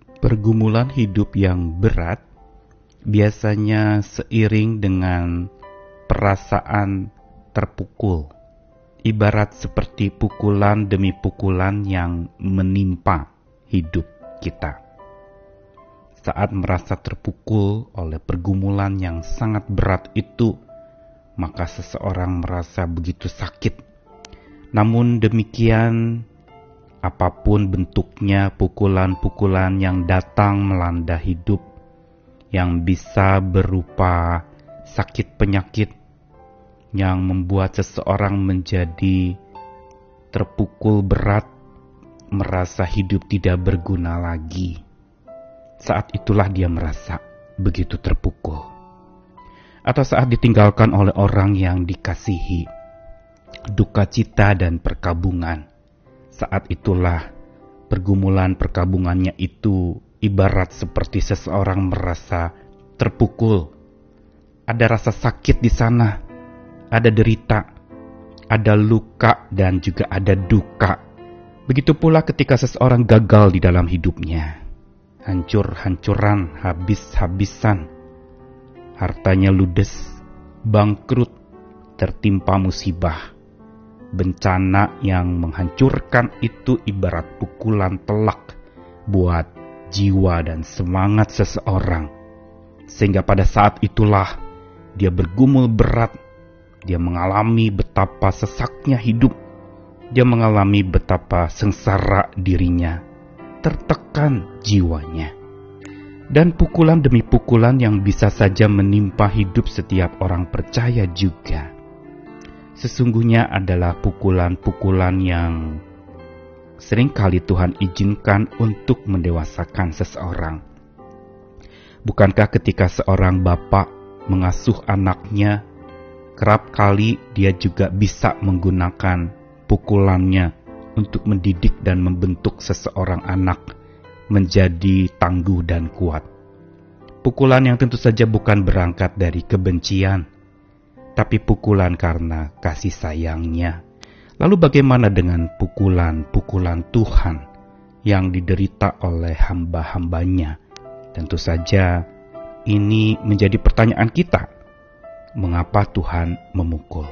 Pergumulan hidup yang berat biasanya seiring dengan perasaan terpukul, ibarat seperti pukulan demi pukulan yang menimpa hidup kita. Saat merasa terpukul oleh pergumulan yang sangat berat itu, maka seseorang merasa begitu sakit. Namun demikian, apapun bentuknya pukulan-pukulan yang datang melanda hidup, yang bisa berupa sakit penyakit, yang membuat seseorang menjadi terpukul berat, merasa hidup tidak berguna lagi. Saat itulah dia merasa begitu terpukul. Atau saat ditinggalkan oleh orang yang dikasihi, duka cita dan perkabungan. Saat itulah pergumulan perkabungannya itu ibarat seperti seseorang merasa terpukul. Ada rasa sakit di sana, ada derita, ada luka dan juga ada duka. Begitu pula ketika seseorang gagal di dalam hidupnya. Hancur-hancuran, habis-habisan, hartanya ludes, bangkrut, tertimpa musibah. Bencana yang menghancurkan itu ibarat pukulan telak buat jiwa dan semangat seseorang. Sehingga pada saat itulah dia bergumul berat, dia mengalami betapa sesaknya hidup, dia mengalami betapa sengsara dirinya, tertekan jiwanya. Dan pukulan demi pukulan yang bisa saja menimpa hidup setiap orang percaya juga. Sesungguhnya adalah pukulan-pukulan yang seringkali Tuhan izinkan untuk mendewasakan seseorang. Bukankah ketika seorang bapak mengasuh anaknya, kerap kali dia juga bisa menggunakan pukulannya untuk mendidik dan membentuk seseorang anak menjadi tangguh dan kuat. Pukulan yang tentu saja bukan berangkat dari kebencian, tapi pukulan karena kasih sayangnya. Lalu bagaimana dengan pukulan-pukulan Tuhan yang diderita oleh hamba-hambanya? Tentu saja ini menjadi pertanyaan kita. Mengapa Tuhan memukul?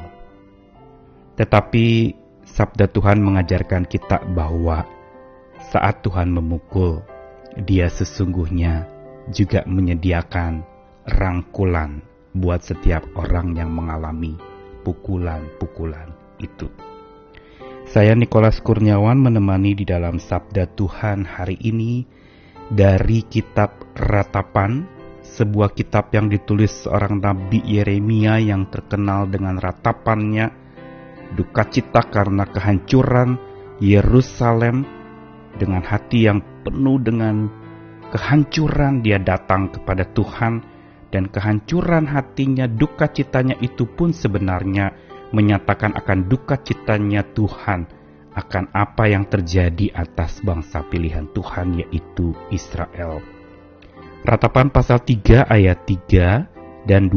Tetapi sabda Tuhan mengajarkan kita bahwa saat Tuhan memukul, Dia sesungguhnya juga menyediakan rangkulan buat setiap orang yang mengalami pukulan-pukulan itu. Saya Nikolas Kurniawan menemani di dalam Sabda Tuhan hari ini dari kitab Ratapan, sebuah kitab yang ditulis seorang Nabi Yeremia yang terkenal dengan ratapannya, duka cita karena kehancuran Yerusalem. Dengan hati yang penuh dengan kehancuran dia datang kepada Tuhan, dan kehancuran hatinya, duka citanya itu pun sebenarnya menyatakan akan duka citanya Tuhan akan apa yang terjadi atas bangsa pilihan Tuhan, yaitu Israel. Ratapan pasal 3 ayat 3 dan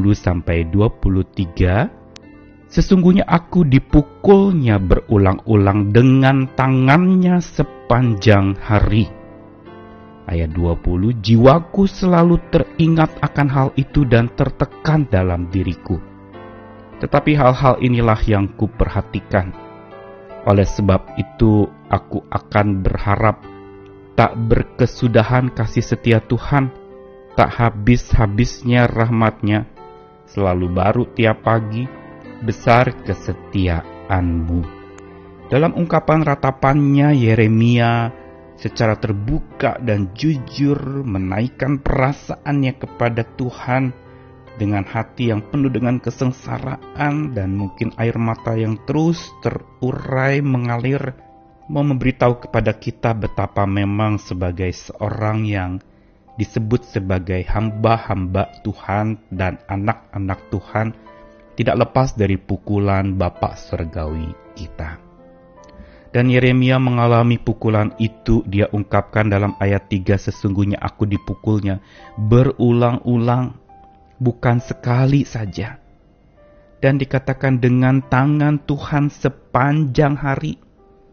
20-23, sesungguhnya aku dipukulnya berulang-ulang dengan tangannya sepanjang hari. Ayat 20, jiwaku selalu teringat akan hal itu dan tertekan dalam diriku. Tetapi hal-hal inilah yang kuperhatikan. Oleh sebab itu aku akan berharap, tak berkesudahan kasih setia Tuhan, tak habis-habisnya rahmat-Nya, selalu baru tiap pagi, besar kesetiaan-Mu. Dalam ungkapan ratapannya, Yeremia secara terbuka dan jujur menaikkan perasaannya kepada Tuhan dengan hati yang penuh dengan kesengsaraan dan mungkin air mata yang terus terurai mengalir, mau memberitahu kepada kita betapa memang sebagai seorang yang disebut sebagai hamba-hamba Tuhan dan anak-anak Tuhan tidak lepas dari pukulan Bapa Surgawi kita. Dan Yeremia mengalami pukulan itu. Dia ungkapkan dalam ayat 3, sesungguhnya aku dipukulnya berulang-ulang, bukan sekali saja. Dan dikatakan dengan tangan Tuhan sepanjang hari.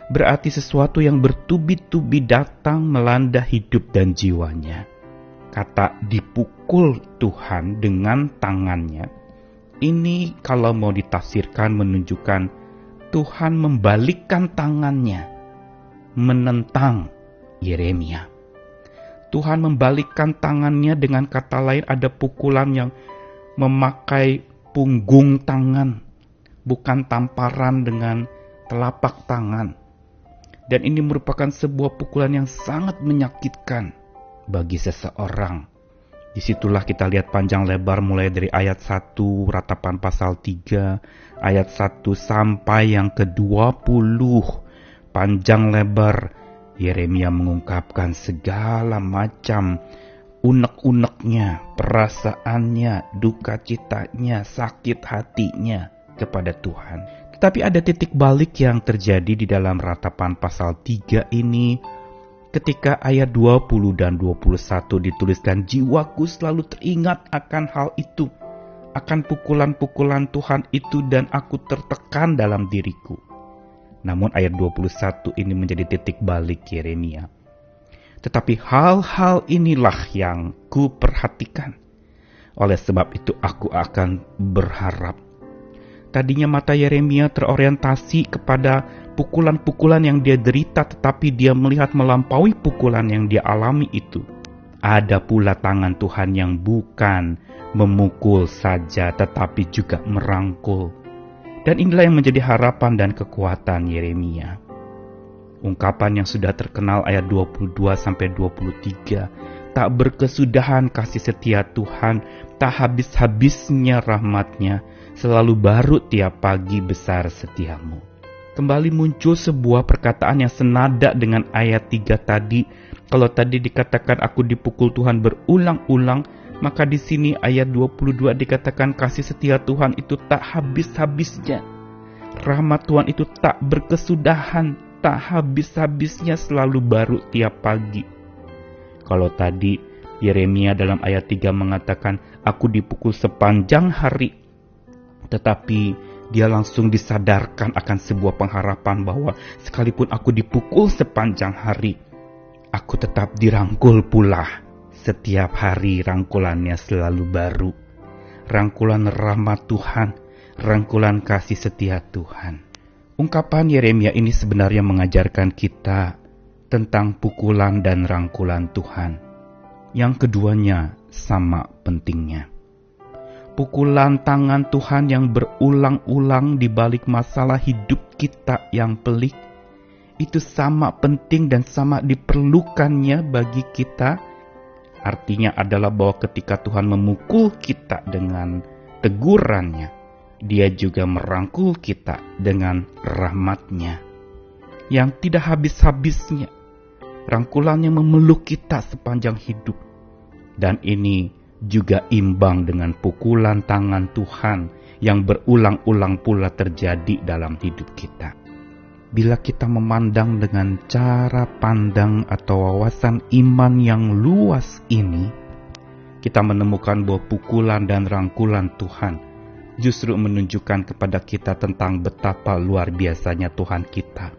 berarti sesuatu yang bertubi-tubi datang melanda hidup dan jiwanya. Kata dipukul Tuhan dengan tangannya, ini kalau mau ditafsirkan menunjukkan Tuhan membalikkan tangannya, menentang Yeremia. Tuhan membalikkan tangannya, dengan kata lain ada pukulan yang memakai punggung tangan, bukan tamparan dengan telapak tangan. Dan ini merupakan sebuah pukulan yang sangat menyakitkan bagi seseorang. Disitulah kita lihat panjang lebar mulai dari ayat 1 ratapan pasal 3, ayat 1 sampai yang ke-20. Panjang lebar Yeremia mengungkapkan segala macam unek-uneknya, perasaannya, duka citanya, sakit hatinya kepada Tuhan. Tetapi ada titik balik yang terjadi di dalam ratapan pasal 3 ini, ketika ayat 20 dan 21 dituliskan, jiwaku selalu teringat akan hal itu, akan pukulan-pukulan Tuhan itu, dan aku tertekan dalam diriku. Namun ayat 21 ini menjadi titik balik Yeremia. Tetapi hal-hal inilah yang ku perhatikan. Oleh sebab itu aku akan berharap. Tadinya mata Yeremia terorientasi kepada pukulan-pukulan yang dia derita, tetapi dia melihat melampaui pukulan yang dia alami itu. Ada pula tangan Tuhan yang bukan memukul saja, tetapi juga merangkul. Dan inilah yang menjadi harapan dan kekuatan Yeremia. Ungkapan yang sudah terkenal ayat 22-23, tak berkesudahan kasih setia Tuhan, tak habis-habisnya rahmat-Nya, selalu baru tiap pagi besar setiamu. Kembali muncul sebuah perkataan yang senada dengan ayat 3 tadi. Kalau tadi dikatakan aku dipukul Tuhan berulang-ulang, maka di sini ayat 22 dikatakan kasih setia Tuhan itu tak habis-habisnya. Rahmat Tuhan itu tak berkesudahan, tak habis-habisnya, selalu baru tiap pagi. Kalau tadi Yeremia dalam ayat 3 mengatakan aku dipukul sepanjang hari, tetapi dia langsung disadarkan akan sebuah pengharapan bahwa sekalipun aku dipukul sepanjang hari, aku tetap dirangkul pula. Setiap hari rangkulannya selalu baru. Rangkulan rahmat Tuhan, rangkulan kasih setia Tuhan. Ungkapan Yeremia ini sebenarnya mengajarkan kita tentang pukulan dan rangkulan Tuhan. Yang keduanya sama pentingnya. Pukulan tangan Tuhan yang berulang-ulang di balik masalah hidup kita yang pelik, itu sama penting dan sama diperlukannya bagi kita. Artinya adalah bahwa ketika Tuhan memukul kita dengan tegurannya, Dia juga merangkul kita dengan rahmat-Nya yang tidak habis-habisnya. Rangkulannya memeluk kita sepanjang hidup. Dan ini juga imbang dengan pukulan tangan Tuhan yang berulang-ulang pula terjadi dalam hidup kita. Bila kita memandang dengan cara pandang atau wawasan iman yang luas ini, kita menemukan bahwa pukulan dan rangkulan Tuhan justru menunjukkan kepada kita tentang betapa luar biasanya Tuhan kita.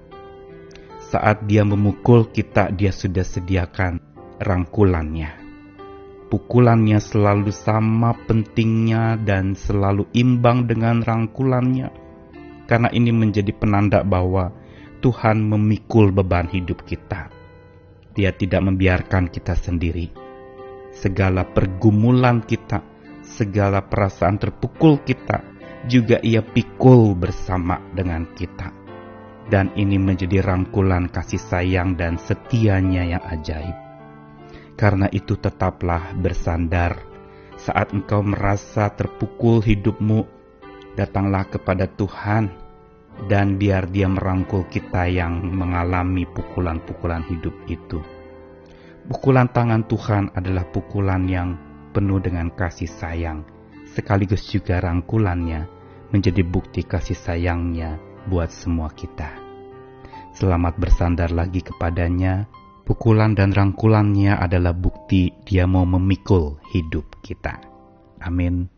Saat Dia memukul kita, Dia sudah sediakan rangkulannya. Pukulannya selalu sama pentingnya dan selalu imbang dengan rangkulannya. Karena ini menjadi penanda bahwa Tuhan memikul beban hidup kita. Dia tidak membiarkan kita sendiri. Segala pergumulan kita, segala perasaan terpukul kita, juga Ia pikul bersama dengan kita. Dan ini menjadi rangkulan kasih sayang dan setianya yang ajaib. Karena itu tetaplah bersandar. Saat engkau merasa terpukul hidupmu, datanglah kepada Tuhan. Dan biar Dia merangkul kita yang mengalami pukulan-pukulan hidup itu. Pukulan tangan Tuhan adalah pukulan yang penuh dengan kasih sayang. Sekaligus juga rangkulannya menjadi bukti kasih sayangnya buat semua kita. Selamat bersandar lagi kepadanya. Pukulan dan rangkulannya adalah bukti Dia mau memikul hidup kita. Amin.